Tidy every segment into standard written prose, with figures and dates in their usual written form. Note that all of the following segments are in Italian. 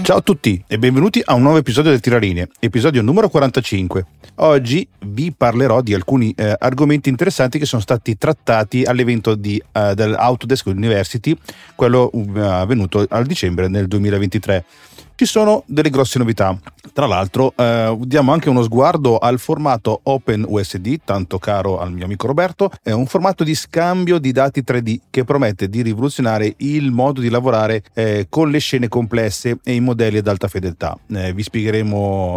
Ciao a tutti e benvenuti a un nuovo episodio del Tiralinee, episodio numero 45. Oggi vi parlerò di alcuni argomenti interessanti che sono stati trattati all'evento dell'Autodesk University, quello avvenuto al dicembre del 2023. Ci sono delle grosse novità. Tra l'altro diamo anche uno sguardo al formato OpenUSD, tanto caro al mio amico Roberto. È un formato di scambio di dati 3D che promette di rivoluzionare il modo di lavorare con le scene complesse e i modelli ad alta fedeltà. Vi spiegherò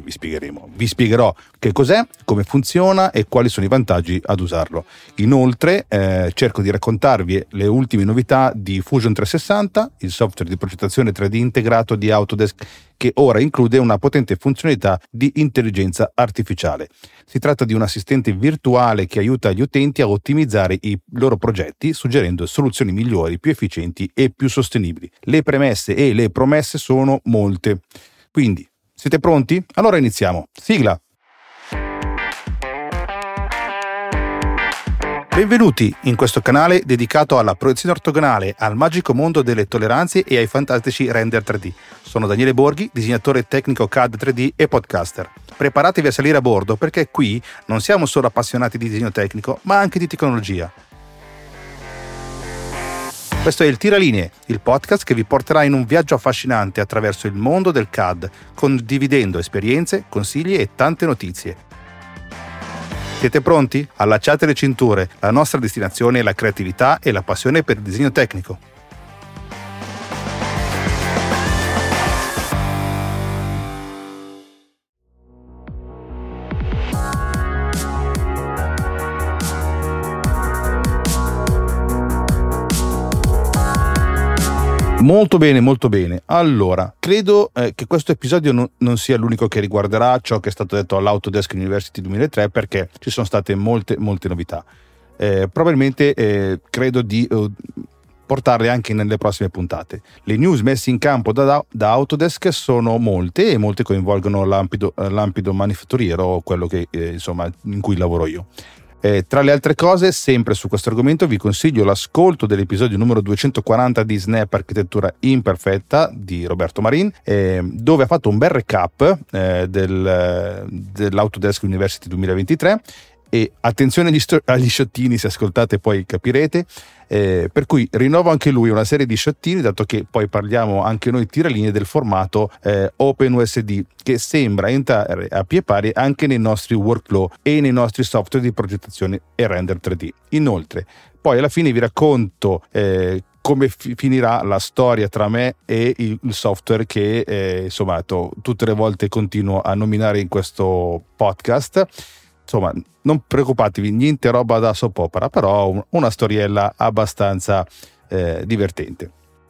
che cos'è, come funziona e quali sono i vantaggi ad usarlo. Inoltre cerco di raccontarvi le ultime novità di Fusion 360, il software di progettazione 3D integrato di Autodesk, che ora include una potente funzionalità di intelligenza artificiale. Si tratta di un assistente virtuale che aiuta gli utenti a ottimizzare i loro progetti, suggerendo soluzioni migliori, più efficienti e più sostenibili. Le premesse e le promesse sono molte. Quindi, siete pronti? Allora iniziamo. Sigla! Benvenuti in questo canale dedicato alla proiezione ortogonale, al magico mondo delle tolleranze e ai fantastici render 3D. Sono Daniele Borghi, disegnatore tecnico CAD 3D e podcaster. Preparatevi a salire a bordo perché qui non siamo solo appassionati di disegno tecnico, ma anche di tecnologia. Questo è il Tiralinee, il podcast che vi porterà in un viaggio affascinante attraverso il mondo del CAD, condividendo esperienze, consigli e tante notizie. Siete pronti? Allacciate le cinture, la nostra destinazione è la creatività e la passione per il disegno tecnico. Molto bene, molto bene. Allora, credo che questo episodio non sia l'unico che riguarderà ciò che è stato detto all'Autodesk University 2003, perché ci sono state molte novità. Probabilmente credo di portarle anche nelle prossime puntate. Le news messe in campo da Autodesk sono molte e molte coinvolgono l'ambito manifatturiero, quello che in cui lavoro io. Tra le altre cose, sempre su questo argomento, vi consiglio l'ascolto dell'episodio numero 240 di Snap Architettura Imperfetta di Roberto Marin, dove ha fatto un bel recap dell'Autodesk University 2023. E attenzione agli sciottini, se ascoltate poi capirete, per cui rinnovo anche lui una serie di sciottini, dato che poi parliamo anche noi Tiralinee del formato OpenUSD, che sembra entrare a pie pari anche nei nostri workflow e nei nostri software di progettazione e render 3D. Inoltre poi alla fine vi racconto come finirà la storia tra me e il software che tutte le volte continuo a nominare in questo podcast. Insomma, non preoccupatevi, niente roba da soap opera, però una storiella abbastanza divertente.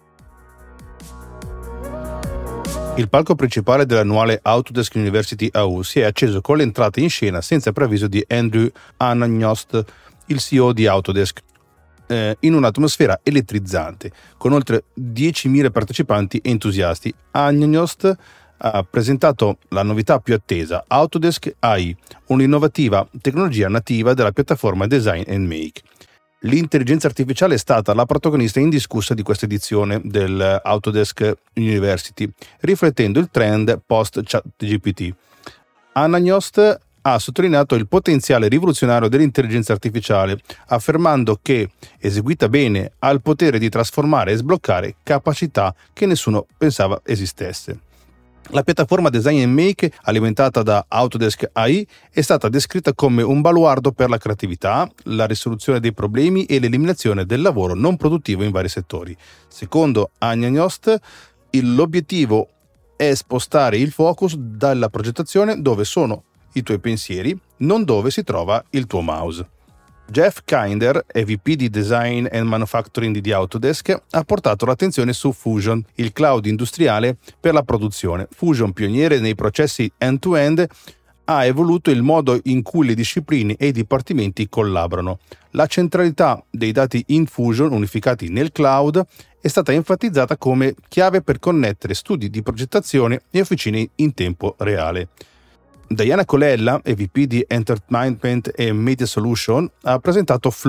Il palco principale dell'annuale Autodesk University AU si è acceso con l'entrata in scena senza preavviso di Andrew Anagnost, il CEO di Autodesk, in un'atmosfera elettrizzante, con oltre 10.000 partecipanti entusiasti. Anagnost ha presentato la novità più attesa, Autodesk AI, un'innovativa tecnologia nativa della piattaforma Design and Make. L'intelligenza artificiale è stata la protagonista indiscussa di questa edizione del Autodesk University, riflettendo il trend post-ChatGPT. Anagnost ha sottolineato il potenziale rivoluzionario dell'intelligenza artificiale, affermando che, eseguita bene, ha il potere di trasformare e sbloccare capacità che nessuno pensava esistesse. La piattaforma Design and Make, alimentata da Autodesk AI, è stata descritta come un baluardo per la creatività, la risoluzione dei problemi e l'eliminazione del lavoro non produttivo in vari settori. Secondo Anagnost, l'obiettivo è spostare il focus dalla progettazione dove sono i tuoi pensieri, non dove si trova il tuo mouse. Jeff Kinder, EVP di Design and Manufacturing di Autodesk, ha portato l'attenzione su Fusion, il cloud industriale per la produzione. Fusion, pioniere nei processi end-to-end, ha evoluto il modo in cui le discipline e i dipartimenti collaborano. La centralità dei dati in Fusion unificati nel cloud è stata enfatizzata come chiave per connettere studi di progettazione e officine in tempo reale. Diana Colella, EVP di Entertainment e Media Solution, ha presentato Flow,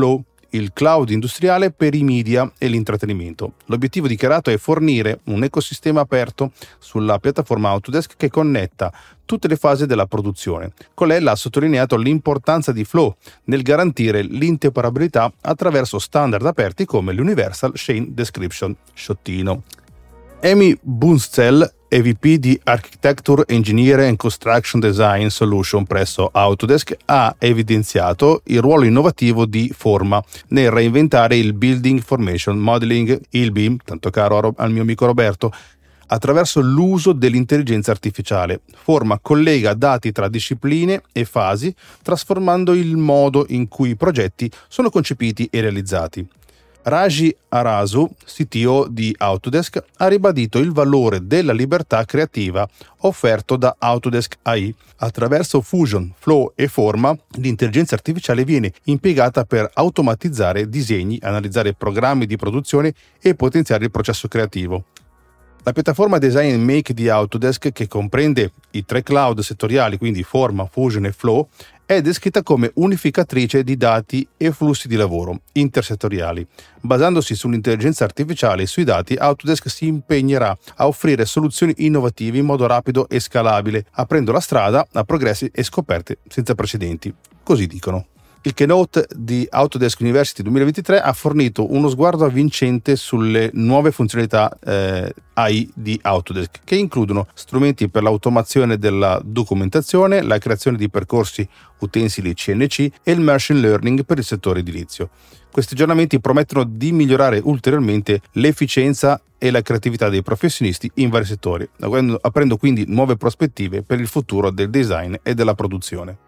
il cloud industriale per i media e l'intrattenimento. L'obiettivo dichiarato è fornire un ecosistema aperto sulla piattaforma Autodesk che connetta tutte le fasi della produzione. Colella ha sottolineato l'importanza di Flow nel garantire l'interoperabilità attraverso standard aperti come l'Universal Chain Description (sciottino). Amy Bunstell, EVP di Architecture, Engineering and Construction Design Solution presso Autodesk, ha evidenziato il ruolo innovativo di Forma nel reinventare il Building Information Modeling, il BIM, tanto caro al mio amico Roberto, attraverso l'uso dell'intelligenza artificiale. Forma collega dati tra discipline e fasi, trasformando il modo in cui i progetti sono concepiti e realizzati. Raji Arasu, CTO di Autodesk, ha ribadito il valore della libertà creativa offerto da Autodesk AI. Attraverso Fusion, Flow e Forma, l'intelligenza artificiale viene impiegata per automatizzare disegni, analizzare programmi di produzione e potenziare il processo creativo. La piattaforma Design and Make di Autodesk, che comprende i 3 cloud settoriali, quindi Forma, Fusion e Flow, è descritta come unificatrice di dati e flussi di lavoro intersettoriali. Basandosi sull'intelligenza artificiale e sui dati, Autodesk si impegnerà a offrire soluzioni innovative in modo rapido e scalabile, aprendo la strada a progressi e scoperte senza precedenti. Così dicono. Il keynote di Autodesk University 2023 ha fornito uno sguardo avvincente sulle nuove funzionalità AI di Autodesk, che includono strumenti per l'automazione della documentazione, la creazione di percorsi utensili CNC e il machine learning per il settore edilizio. Questi aggiornamenti promettono di migliorare ulteriormente l'efficienza e la creatività dei professionisti in vari settori, aprendo quindi nuove prospettive per il futuro del design e della produzione.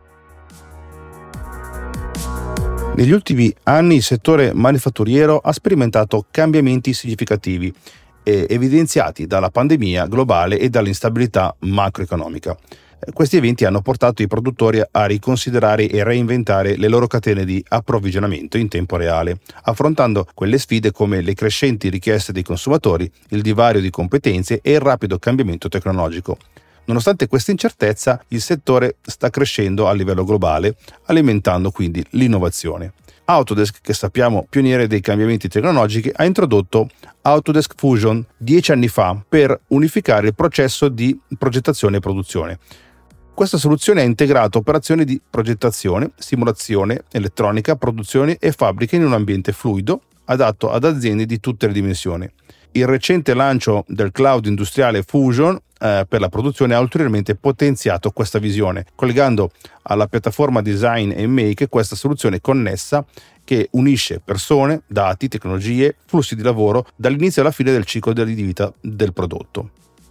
Negli ultimi anni il settore manifatturiero ha sperimentato cambiamenti significativi, evidenziati dalla pandemia globale e dall'instabilità macroeconomica. Questi eventi hanno portato i produttori a riconsiderare e reinventare le loro catene di approvvigionamento in tempo reale, affrontando quelle sfide come le crescenti richieste dei consumatori, il divario di competenze e il rapido cambiamento tecnologico. Nonostante questa incertezza, il settore sta crescendo a livello globale, alimentando quindi l'innovazione. Autodesk, che sappiamo pioniere dei cambiamenti tecnologici, ha introdotto Autodesk Fusion 10 anni fa per unificare il processo di progettazione e produzione. Questa soluzione ha integrato operazioni di progettazione, simulazione, elettronica, produzione e fabbrica in un ambiente fluido, adatto ad aziende di tutte le dimensioni. Il recente lancio del cloud industriale Fusion per la produzione ha ulteriormente potenziato questa visione, collegando alla piattaforma Design and Make questa soluzione connessa che unisce persone, dati, tecnologie, flussi di lavoro dall'inizio alla fine del ciclo di vita del prodotto.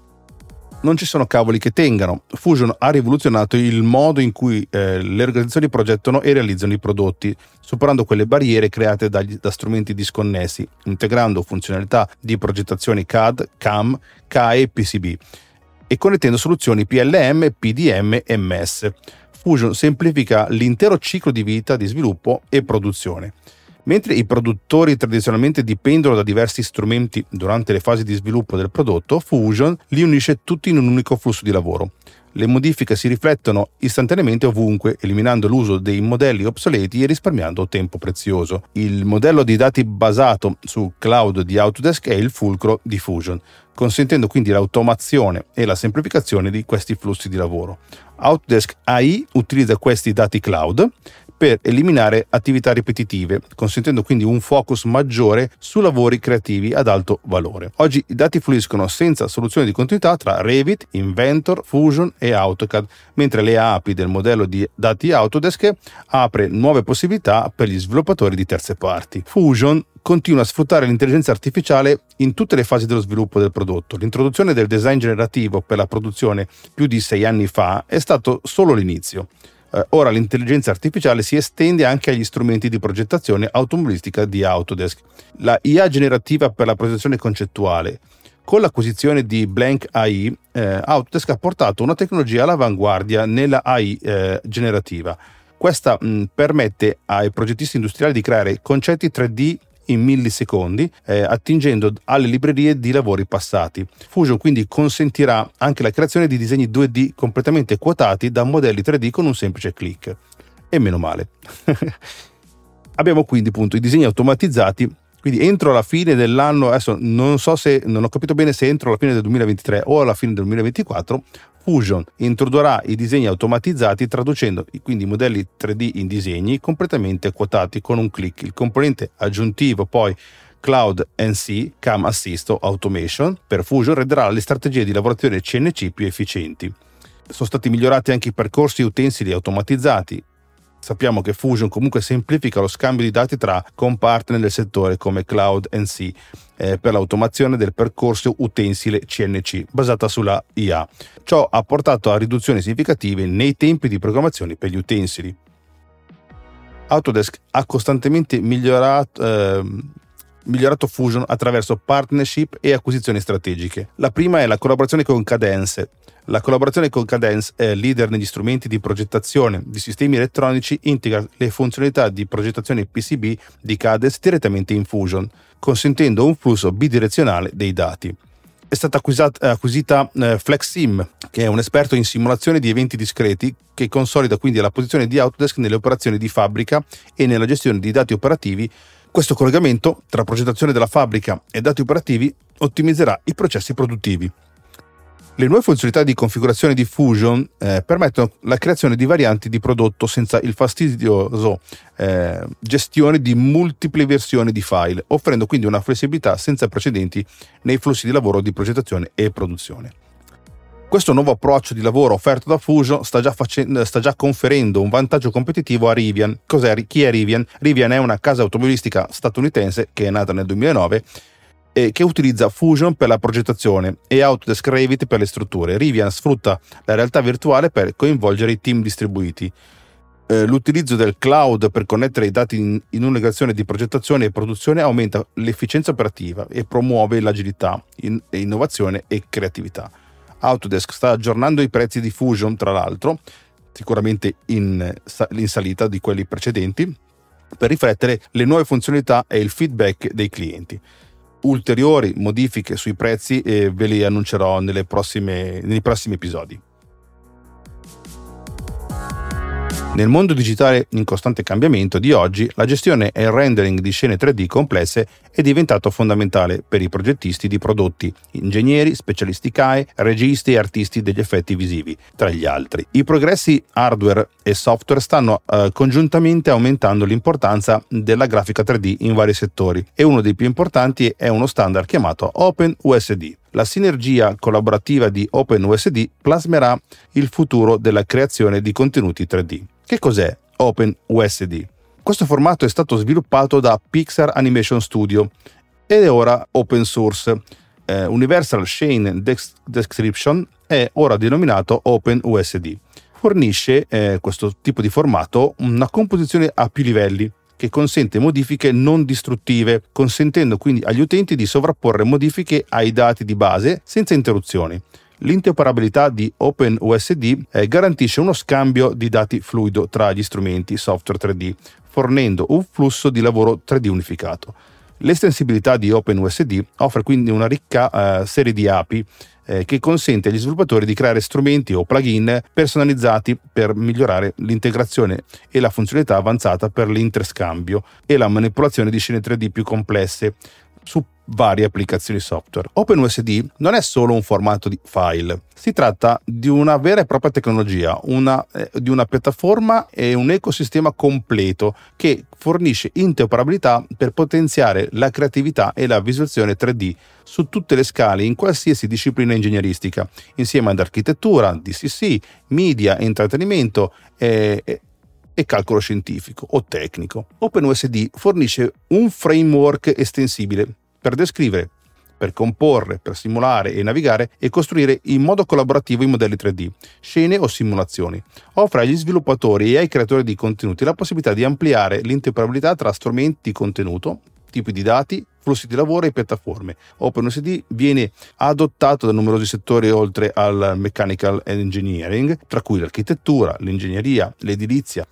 Non ci sono cavoli che tengano. Fusion ha rivoluzionato il modo in cui le organizzazioni progettano e realizzano i prodotti, superando quelle barriere create da strumenti disconnessi, integrando funzionalità di progettazione CAD, CAM, CAE e PCB e connettendo soluzioni PLM, PDM e MES. Fusion semplifica l'intero ciclo di vita di sviluppo e produzione. Mentre i produttori tradizionalmente dipendono da diversi strumenti durante le fasi di sviluppo del prodotto, Fusion li unisce tutti in un unico flusso di lavoro. Le modifiche si riflettono istantaneamente ovunque, eliminando l'uso dei modelli obsoleti e risparmiando tempo prezioso. Il modello di dati basato su cloud di Autodesk è il fulcro di Fusion, consentendo quindi l'automazione e la semplificazione di questi flussi di lavoro. Autodesk AI utilizza questi dati cloud per eliminare attività ripetitive, consentendo quindi un focus maggiore su lavori creativi ad alto valore. Oggi i dati fluiscono senza soluzione di continuità tra Revit, Inventor, Fusion e AutoCAD, mentre le API del modello di dati Autodesk apre nuove possibilità per gli sviluppatori di terze parti. Fusion continua a sfruttare l'intelligenza artificiale in tutte le fasi dello sviluppo del prodotto. L'introduzione del design generativo per la produzione più di 6 anni fa è stato solo l'inizio. Ora l'intelligenza artificiale si estende anche agli strumenti di progettazione automobilistica di Autodesk. La IA generativa per la progettazione concettuale. Con l'acquisizione di Blank AI, Autodesk ha portato una tecnologia all'avanguardia nella AI generativa. Questa permette ai progettisti industriali di creare concetti 3D in millisecondi, attingendo alle librerie di lavori passati. Fusion quindi consentirà anche la creazione di disegni 2D completamente quotati da modelli 3D con un semplice click. E meno male. Abbiamo quindi appunto i disegni automatizzati, quindi entro la fine dell'anno, adesso non ho capito bene se entro la fine del 2023 o alla fine del 2024, Fusion introdurrà i disegni automatizzati traducendo quindi i modelli 3D in disegni completamente quotati con un click. Il componente aggiuntivo poi Cloud NC, CAM Assist o Automation per Fusion renderà le strategie di lavorazione CNC più efficienti. Sono stati migliorati anche i percorsi utensili automatizzati. Sappiamo che Fusion comunque semplifica lo scambio di dati tra compartner del settore come Cloud NC per l'automazione del percorso utensile CNC basata sulla IA. Ciò ha portato a riduzioni significative nei tempi di programmazione per gli utensili. Autodesk ha costantemente migliorato Fusion attraverso partnership e acquisizioni strategiche. La prima è la collaborazione con Cadence. La collaborazione con Cadence, leader negli strumenti di progettazione di sistemi elettronici, integra le funzionalità di progettazione PCB di Cadence direttamente in Fusion, consentendo un flusso bidirezionale dei dati. È stata acquisita FlexSim, che è un esperto in simulazione di eventi discreti, che consolida quindi la posizione di Autodesk nelle operazioni di fabbrica e nella gestione di dati operativi. Questo collegamento tra progettazione della fabbrica e dati operativi ottimizzerà i processi produttivi. Le nuove funzionalità di configurazione di Fusion permettono la creazione di varianti di prodotto senza il fastidioso gestione di multiple versioni di file, offrendo quindi una flessibilità senza precedenti nei flussi di lavoro di progettazione e produzione. Questo nuovo approccio di lavoro offerto da Fusion sta già conferendo un vantaggio competitivo a Rivian. Chi è Rivian? Rivian è una casa automobilistica statunitense che è nata nel 2009 e che utilizza Fusion per la progettazione e Autodesk Revit per le strutture. Rivian sfrutta la realtà virtuale per coinvolgere i team distribuiti. L'utilizzo del cloud per connettere i dati in un'integrazione di progettazione e produzione aumenta l'efficienza operativa e promuove l'agilità, innovazione e creatività. Autodesk sta aggiornando i prezzi di Fusion, tra l'altro, sicuramente in salita di quelli precedenti, per riflettere le nuove funzionalità e il feedback dei clienti. Ulteriori modifiche sui prezzi ve li annuncerò nei prossimi episodi. Nel mondo digitale in costante cambiamento di oggi, la gestione e il rendering di scene 3D complesse è diventato fondamentale per i progettisti di prodotti, ingegneri, specialisti CAE, registi e artisti degli effetti visivi, tra gli altri. I progressi hardware e software stanno congiuntamente aumentando l'importanza della grafica 3D in vari settori e uno dei più importanti è uno standard chiamato OpenUSD. La sinergia collaborativa di OpenUSD plasmerà il futuro della creazione di contenuti 3D. Che cos'è OpenUSD? Questo formato è stato sviluppato da Pixar Animation Studio ed è ora open source. Universal Scene Description è ora denominato OpenUSD. Fornisce questo tipo di formato una composizione a più livelli che consente modifiche non distruttive, consentendo quindi agli utenti di sovrapporre modifiche ai dati di base senza interruzioni. L'interoperabilità di OpenUSD garantisce uno scambio di dati fluido tra gli strumenti software 3D, fornendo un flusso di lavoro 3D unificato. L'estensibilità di OpenUSD offre quindi una ricca serie di API che consente agli sviluppatori di creare strumenti o plugin personalizzati per migliorare l'integrazione e la funzionalità avanzata per l'interscambio e la manipolazione di scene 3D più complesse su varie applicazioni software. OpenUSD non è solo un formato di file, si tratta di una vera e propria tecnologia, di una piattaforma e un ecosistema completo che fornisce interoperabilità per potenziare la creatività e la visualizzazione 3D su tutte le scale in qualsiasi disciplina ingegneristica, insieme ad architettura, DCC, media, intrattenimento e calcolo scientifico o tecnico. OpenUSD fornisce un framework estensibile per descrivere, per comporre, per simulare e navigare e costruire in modo collaborativo i modelli 3D, scene o simulazioni. Offre agli sviluppatori e ai creatori di contenuti la possibilità di ampliare l'interoperabilità tra strumenti di contenuto, tipi di dati, flussi di lavoro e piattaforme. OpenUSD viene adottato da numerosi settori oltre al mechanical engineering, tra cui l'architettura, l'ingegneria, l'edilizia,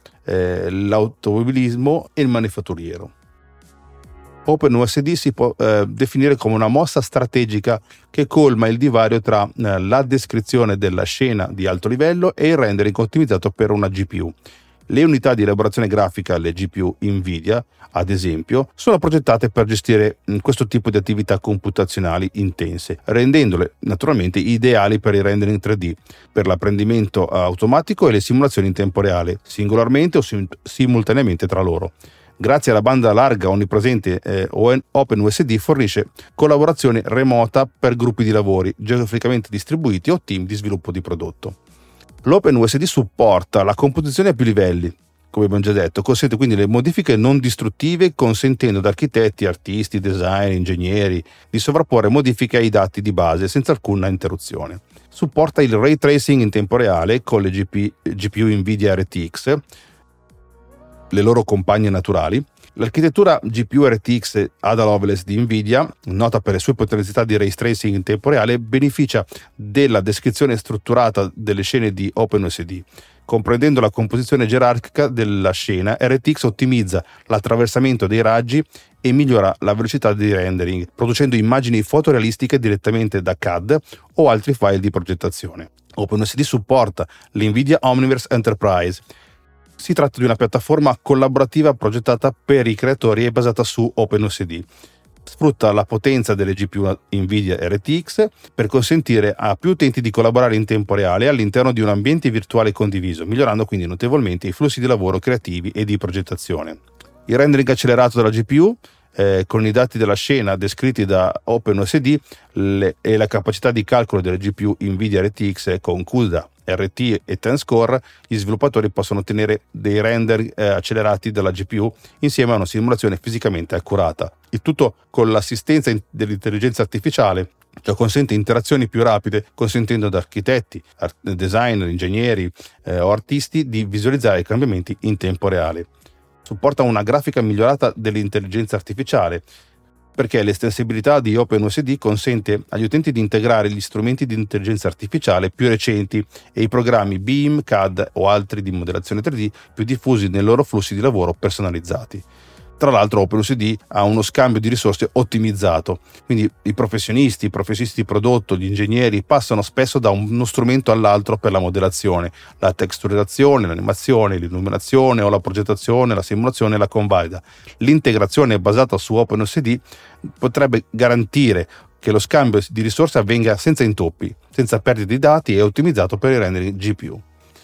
l'automobilismo e il manifatturiero. OpenUSD si può definire come una mossa strategica che colma il divario tra la descrizione della scena di alto livello e il rendering ottimizzato per una GPU. Le unità di elaborazione grafica, le GPU Nvidia, ad esempio, sono progettate per gestire questo tipo di attività computazionali intense, rendendole naturalmente ideali per il rendering 3D, per l'apprendimento automatico e le simulazioni in tempo reale, singolarmente o simultaneamente tra loro. Grazie alla banda larga onnipresente, OpenUSD fornisce collaborazione remota per gruppi di lavori geograficamente distribuiti o team di sviluppo di prodotto. L'OpenUSD supporta la composizione a più livelli, come abbiamo già detto, consente quindi le modifiche non distruttive, consentendo ad architetti, artisti, designer, ingegneri di sovrapporre modifiche ai dati di base senza alcuna interruzione. Supporta il ray tracing in tempo reale con le GPU Nvidia RTX, le loro compagne naturali. L'architettura GPU RTX Ada Lovelace di Nvidia, nota per le sue potenzialità di ray tracing in tempo reale, beneficia della descrizione strutturata delle scene di OpenUSD. Comprendendo la composizione gerarchica della scena, RTX ottimizza l'attraversamento dei raggi e migliora la velocità di rendering, producendo immagini fotorealistiche direttamente da CAD o altri file di progettazione. OpenUSD supporta l'Nvidia Omniverse Enterprise. Si tratta di una piattaforma collaborativa progettata per i creatori e basata su OpenUSD. Sfrutta la potenza delle GPU Nvidia RTX per consentire a più utenti di collaborare in tempo reale all'interno di un ambiente virtuale condiviso, migliorando quindi notevolmente i flussi di lavoro creativi e di progettazione. Il rendering accelerato della GPU con i dati della scena descritti da OpenUSD e la capacità di calcolo delle GPU Nvidia RTX con CUDA, RT e Tenscore, gli sviluppatori possono ottenere dei render accelerati dalla GPU insieme a una simulazione fisicamente accurata. Il tutto con l'assistenza dell'intelligenza artificiale, che consente interazioni più rapide, consentendo ad architetti, designer, ingegneri o artisti di visualizzare i cambiamenti in tempo reale. Supporta una grafica migliorata dell'intelligenza artificiale, perché l'estensibilità di OpenUSD consente agli utenti di integrare gli strumenti di intelligenza artificiale più recenti e i programmi BIM, CAD o altri di modellazione 3D più diffusi nei loro flussi di lavoro personalizzati. Tra l'altro OpenUSD ha uno scambio di risorse ottimizzato, quindi i professionisti di prodotto, gli ingegneri passano spesso da uno strumento all'altro per la modellazione, la texturizzazione, l'animazione, l'illuminazione o la progettazione, la simulazione e la convalida. L'integrazione basata su OpenUSD potrebbe garantire che lo scambio di risorse avvenga senza intoppi, senza perdite di dati e ottimizzato per il rendering GPU.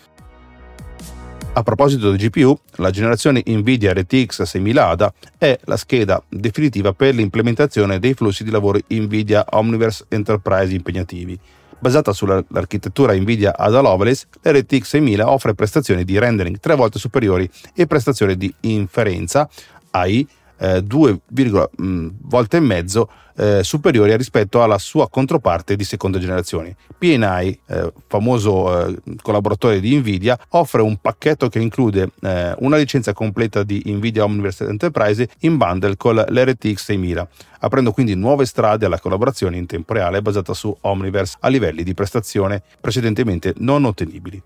A proposito di GPU, la generazione Nvidia RTX 6000 Ada è la scheda definitiva per l'implementazione dei flussi di lavoro Nvidia Omniverse Enterprise impegnativi. Basata sull'architettura Nvidia Ada Lovelace, l'RTX 6000 offre prestazioni di rendering 3 volte superiori e prestazioni di inferenza AI 2 volte e mezzo superiori rispetto alla sua controparte di seconda generazione. PNI, famoso collaboratore di Nvidia, offre un pacchetto che include una licenza completa di Nvidia Omniverse Enterprise in bundle con l'RTX 6000, aprendo quindi nuove strade alla collaborazione in tempo reale basata su Omniverse a livelli di prestazione precedentemente non ottenibili.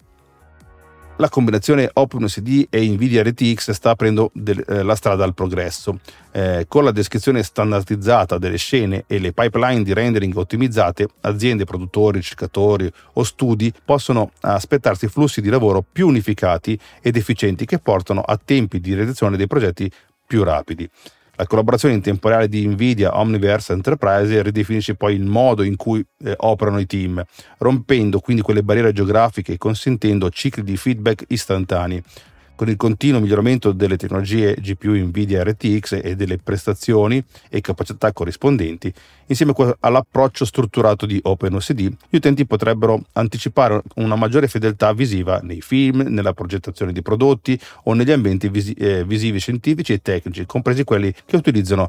La combinazione OpenUSD e Nvidia RTX sta aprendo la strada al progresso. Con la descrizione standardizzata delle scene e le pipeline di rendering ottimizzate, aziende, produttori, ricercatori o studi possono aspettarsi flussi di lavoro più unificati ed efficienti che portano a tempi di realizzazione dei progetti più rapidi. La collaborazione in tempo reale di Nvidia Omniverse Enterprise ridefinisce poi il modo in cui operano i team, rompendo quindi quelle barriere geografiche e consentendo cicli di feedback istantanei. Con il continuo miglioramento delle tecnologie GPU Nvidia RTX e delle prestazioni e capacità corrispondenti, insieme all'approccio strutturato di OpenUSD, gli utenti potrebbero anticipare una maggiore fedeltà visiva nei film, nella progettazione di prodotti o negli ambienti visivi scientifici e tecnici, compresi quelli che utilizzano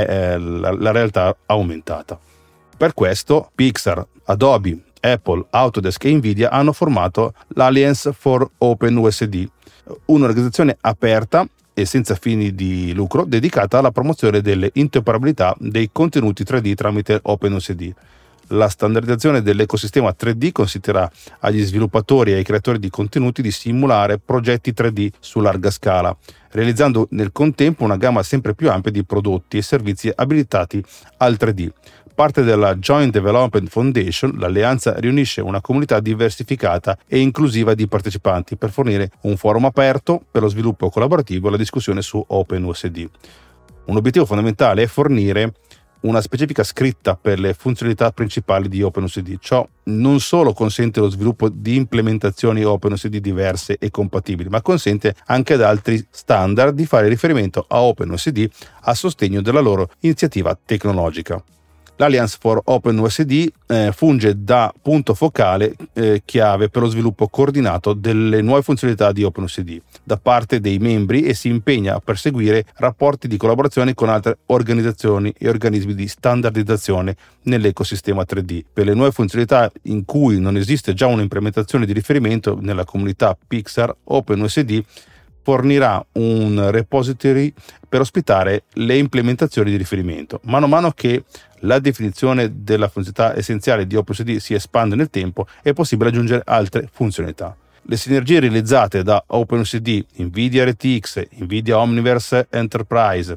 la realtà aumentata. Per questo Pixar, Adobe, Apple, Autodesk e Nvidia hanno formato l'Alliance for OpenUSD, un'organizzazione aperta e senza fini di lucro dedicata alla promozione delle interoperabilità dei contenuti 3D tramite OpenUSD. La standardizzazione dell'ecosistema 3D consentirà agli sviluppatori e ai creatori di contenuti di simulare progetti 3D su larga scala, realizzando nel contempo una gamma sempre più ampia di prodotti e servizi abilitati al 3D, parte della Joint Development Foundation, l'alleanza riunisce una comunità diversificata e inclusiva di partecipanti per fornire un forum aperto per lo sviluppo collaborativo e la discussione su OpenUSD. Un obiettivo fondamentale è fornire una specifica scritta per le funzionalità principali di OpenUSD. Ciò non solo consente lo sviluppo di implementazioni OpenUSD diverse e compatibili, ma consente anche ad altri standard di fare riferimento a OpenUSD a sostegno della loro iniziativa tecnologica. L'Alliance for OpenUSD funge da punto focale chiave per lo sviluppo coordinato delle nuove funzionalità di OpenUSD da parte dei membri e si impegna a perseguire rapporti di collaborazione con altre organizzazioni e organismi di standardizzazione nell'ecosistema 3D. Per le nuove funzionalità in cui non esiste già un'implementazione di riferimento nella comunità Pixar, OpenUSD fornirà un repository per ospitare le implementazioni di riferimento. Mano a mano che la definizione della funzionalità essenziale di OpenUSD si espande nel tempo, è possibile aggiungere altre funzionalità. Le sinergie realizzate da OpenUSD, NVIDIA RTX, NVIDIA Omniverse Enterprise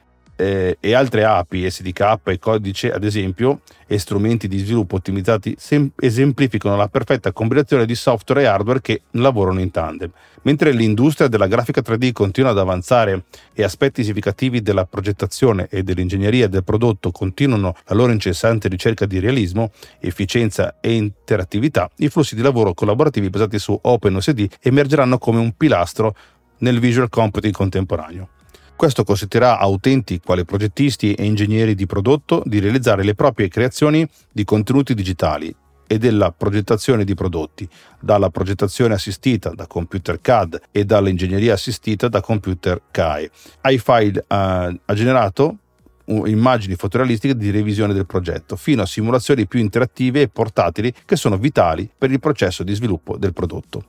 e altre API, SDK e codice ad esempio, e strumenti di sviluppo ottimizzati esemplificano la perfetta combinazione di software e hardware che lavorano in tandem. Mentre l'industria della grafica 3D continua ad avanzare e aspetti significativi della progettazione e dell'ingegneria del prodotto continuano la loro incessante ricerca di realismo, efficienza e interattività, i flussi di lavoro collaborativi basati su OpenUSD emergeranno come un pilastro nel visual computing contemporaneo. Questo consentirà a utenti quali progettisti e ingegneri di prodotto di realizzare le proprie creazioni di contenuti digitali e della progettazione di prodotti, dalla progettazione assistita da computer CAD e dall'ingegneria assistita da computer CAE. iFile ha generato immagini fotorealistiche di revisione del progetto, fino a simulazioni più interattive e portatili che sono vitali per il processo di sviluppo del prodotto.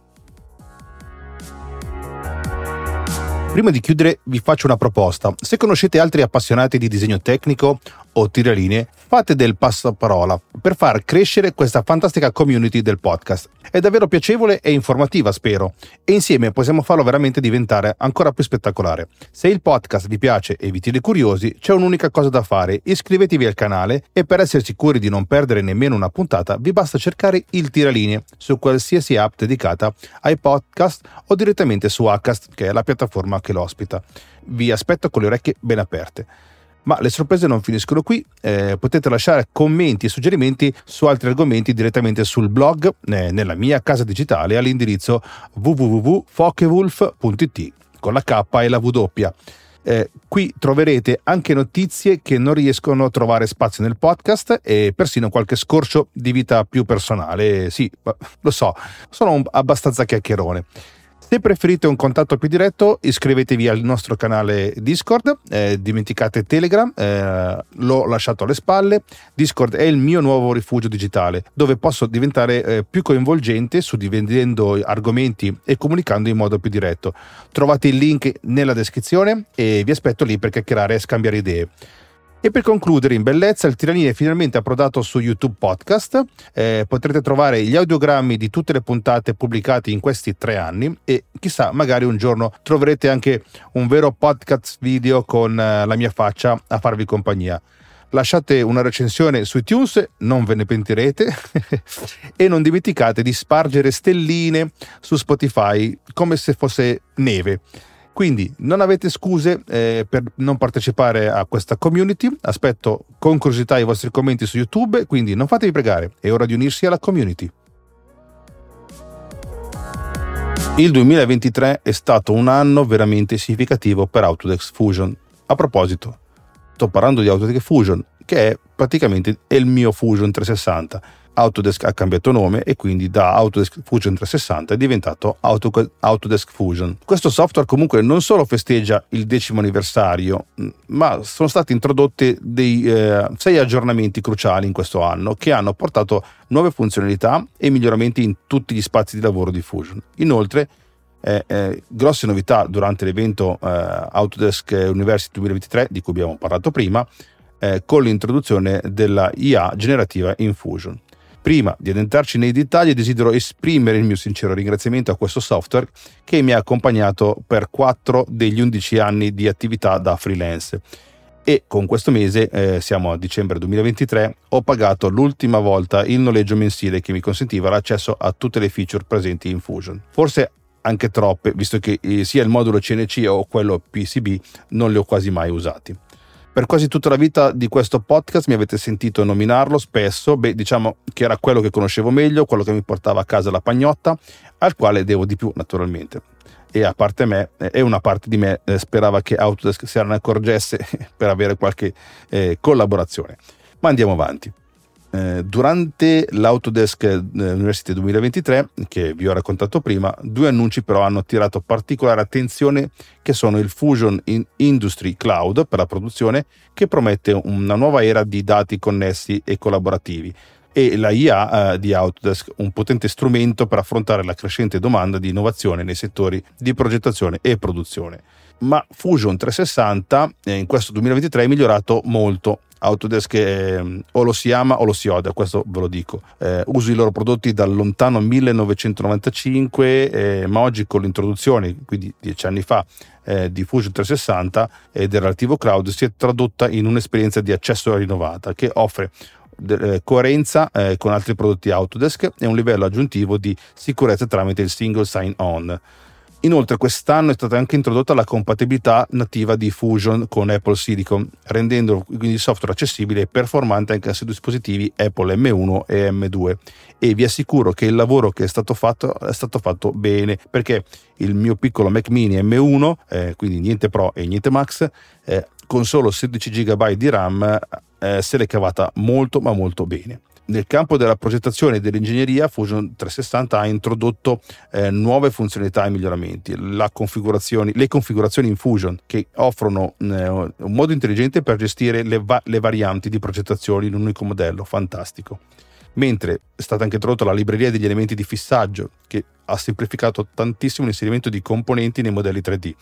Prima di chiudere vi faccio una proposta. Se conoscete altri appassionati di disegno tecnico o tiralinee, fate del passaparola per far crescere questa fantastica community del podcast. È davvero piacevole e informativa, spero, e insieme possiamo farlo veramente diventare ancora più spettacolare. Se il podcast vi piace e vi tiene curiosi, c'è un'unica cosa da fare: iscrivetevi al canale e per essere sicuri di non perdere nemmeno una puntata vi basta cercare il Tiralinee su qualsiasi app dedicata ai podcast o direttamente su Acast, che è la piattaforma che lo ospita. Vi aspetto con le orecchie ben aperte. Ma le sorprese non finiscono qui, potete lasciare commenti e suggerimenti su altri argomenti direttamente sul blog, nella mia casa digitale all'indirizzo www.fokewulf.it con la K e la W. Qui troverete anche notizie che non riescono a trovare spazio nel podcast e persino qualche scorcio di vita più personale. Sì, lo so, sono abbastanza chiacchierone. Se preferite un contatto più diretto, iscrivetevi al nostro canale Discord, dimenticate Telegram, l'ho lasciato alle spalle. Discord è il mio nuovo rifugio digitale, dove posso diventare più coinvolgente suddividendo argomenti e comunicando in modo più diretto. Trovate il link nella descrizione e vi aspetto lì per chiacchierare e scambiare idee. E per concludere in bellezza, il Tiralinee è finalmente approdato su YouTube Podcast. Potrete trovare gli audiogrammi di tutte le puntate pubblicate in questi 3 anni e chissà, magari un giorno troverete anche un vero podcast video con la mia faccia a farvi compagnia. Lasciate una recensione su iTunes, non ve ne pentirete, e non dimenticate di spargere stelline su Spotify come se fosse neve. Quindi non avete scuse per non partecipare a questa community. Aspetto con curiosità i vostri commenti su YouTube, quindi non fatevi pregare, è ora di unirsi alla community. Il 2023 è stato un anno veramente significativo per Autodesk Fusion. A proposito, sto parlando di Autodesk Fusion, che è praticamente il mio Fusion 360. Autodesk ha cambiato nome e quindi da Autodesk Fusion 360 è diventato Autodesk Fusion. Questo software comunque non solo festeggia il 10° anniversario, ma sono stati introdotti dei 6 aggiornamenti cruciali in questo anno che hanno portato nuove funzionalità e miglioramenti in tutti gli spazi di lavoro di Fusion. Inoltre, grosse novità durante l'evento Autodesk University 2023 di cui abbiamo parlato prima, con l'introduzione della IA generativa in Fusion. Prima di addentrarci nei dettagli, desidero esprimere il mio sincero ringraziamento a questo software che mi ha accompagnato per 4 degli 11 anni di attività da freelance. e con questo mese, siamo a dicembre 2023, ho pagato l'ultima volta il noleggio mensile che mi consentiva l'accesso a tutte le feature presenti in Fusion. Forse anche troppe, visto che sia il modulo CNC o quello PCB non li ho quasi mai usati. Per quasi tutta la vita di questo podcast mi avete sentito nominarlo spesso, diciamo che era quello che conoscevo meglio, quello che mi portava a casa la pagnotta, al quale devo di più naturalmente. E a parte me, e una parte di me sperava che Autodesk se ne accorgesse per avere qualche collaborazione. Ma andiamo avanti. Durante l'Autodesk University 2023, che vi ho raccontato prima, 2 annunci però hanno attirato particolare attenzione, che sono il Fusion Industry Cloud per la produzione, che promette una nuova era di dati connessi e collaborativi, e la IA di Autodesk, un potente strumento per affrontare la crescente domanda di innovazione nei settori di progettazione e produzione. Ma Fusion 360 in questo 2023 è migliorato molto. Autodesk o lo si ama o lo si odia, questo ve lo dico. Uso i loro prodotti dal lontano 1995, ma oggi con l'introduzione, quindi 10 anni fa, di Fusion 360 e del relativo cloud, si è tradotta in un'esperienza di accesso rinnovata che offre coerenza con altri prodotti Autodesk e un livello aggiuntivo di sicurezza tramite il single sign-on. Inoltre quest'anno è stata anche introdotta la compatibilità nativa di Fusion con Apple Silicon, rendendo quindi il software accessibile e performante anche su dispositivi Apple M1 e M2, e vi assicuro che il lavoro che è stato fatto bene, perché il mio piccolo Mac Mini M1, quindi niente Pro e niente Max, con solo 16 GB di RAM se l'è cavata molto ma molto bene. Nel campo della progettazione e dell'ingegneria, Fusion 360 ha introdotto nuove funzionalità e miglioramenti. Le configurazioni in Fusion, che offrono un modo intelligente per gestire le varianti di progettazione in un unico modello, fantastico. Mentre è stata anche introdotta la libreria degli elementi di fissaggio, che ha semplificato tantissimo l'inserimento di componenti nei modelli 3D.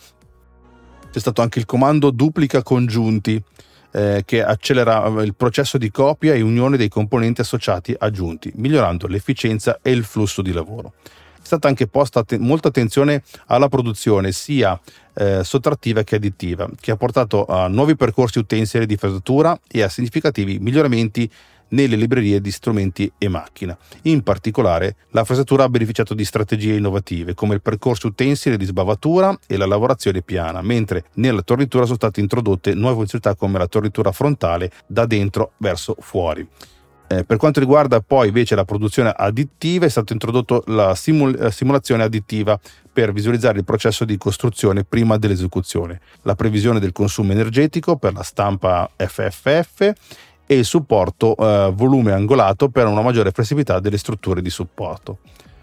C'è stato anche il comando duplica congiunti, che accelera il processo di copia e unione dei componenti associati aggiunti, migliorando l'efficienza e il flusso di lavoro. È stata anche posta molta attenzione alla produzione sia sottrattiva che additiva, che ha portato a nuovi percorsi utensili di fresatura e a significativi miglioramenti nelle librerie di strumenti e macchina. In particolare, la fresatura ha beneficiato di strategie innovative come il percorso utensile di sbavatura e la lavorazione piana, mentre nella tornitura sono state introdotte nuove funzionalità come la tornitura frontale da dentro verso fuori. Per quanto riguarda poi invece la produzione additiva, è stato introdotto la simulazione additiva per visualizzare il processo di costruzione prima dell'esecuzione, la previsione del consumo energetico per la stampa FFF e il supporto volume angolato per una maggiore flessibilità delle strutture di supporto.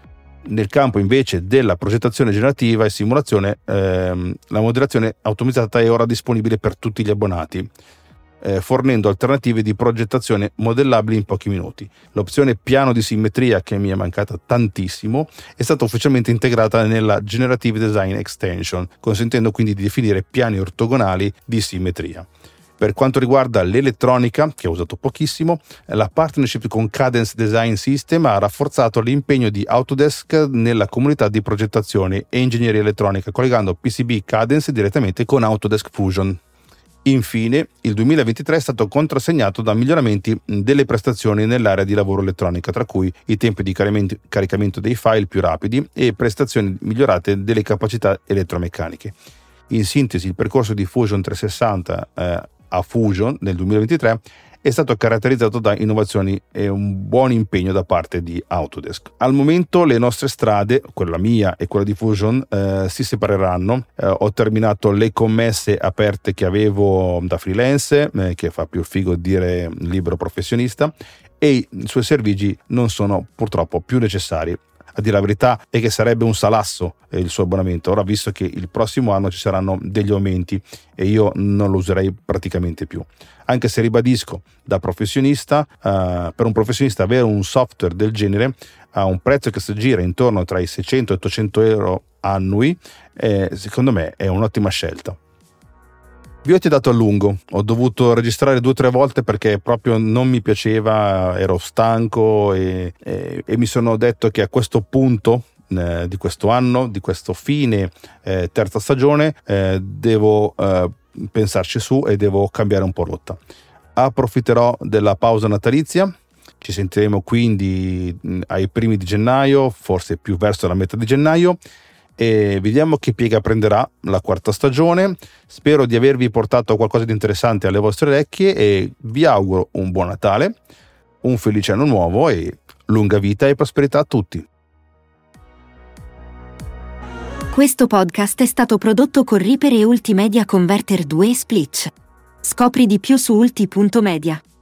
Nel campo invece della progettazione generativa e simulazione, la modellazione automatizzata è ora disponibile per tutti gli abbonati, fornendo alternative di progettazione modellabili in pochi minuti. L'opzione piano di simmetria, che mi è mancata tantissimo, è stata ufficialmente integrata nella Generative Design Extension, consentendo quindi di definire piani ortogonali di simmetria. Per quanto riguarda l'elettronica, che ho usato pochissimo, la partnership con Cadence Design System ha rafforzato l'impegno di Autodesk nella comunità di progettazione e ingegneria elettronica, collegando PCB Cadence direttamente con Autodesk Fusion. Infine, il 2023 è stato contrassegnato da miglioramenti delle prestazioni nell'area di lavoro elettronica, tra cui i tempi di caricamento dei file più rapidi e prestazioni migliorate delle capacità elettromeccaniche. In sintesi, il percorso di Fusion 360 a Fusion nel 2023 è stato caratterizzato da innovazioni e un buon impegno da parte di Autodesk. Al momento le nostre strade, quella mia e quella di Fusion, si separeranno. Ho terminato le commesse aperte che avevo da freelance, che fa più figo dire libero professionista, e i suoi servigi non sono purtroppo più necessari. A dire la verità è che sarebbe un salasso il suo abbonamento, ora visto che il prossimo anno ci saranno degli aumenti e io non lo userei praticamente più. Anche se ribadisco, da professionista, per un professionista avere un software del genere a un prezzo che si gira intorno tra i 600 e 800 euro annui, secondo me è un'ottima scelta. Vi ho dato a lungo, ho dovuto registrare 2 o 3 volte perché proprio non mi piaceva, ero stanco e mi sono detto che a questo punto di questo anno, di questo fine terza stagione, devo pensarci su e devo cambiare un po' rotta. Approfitterò della pausa natalizia, ci sentiremo quindi ai primi di gennaio, forse più verso la metà di gennaio, e vediamo che piega prenderà la quarta stagione. Spero di avervi portato qualcosa di interessante alle vostre orecchie e vi auguro un buon Natale, un felice anno nuovo e lunga vita e prosperità a tutti. Questo podcast è stato prodotto con Reaper e Ultimedia Converter 2 Splitch. Scopri di più su ulti.media.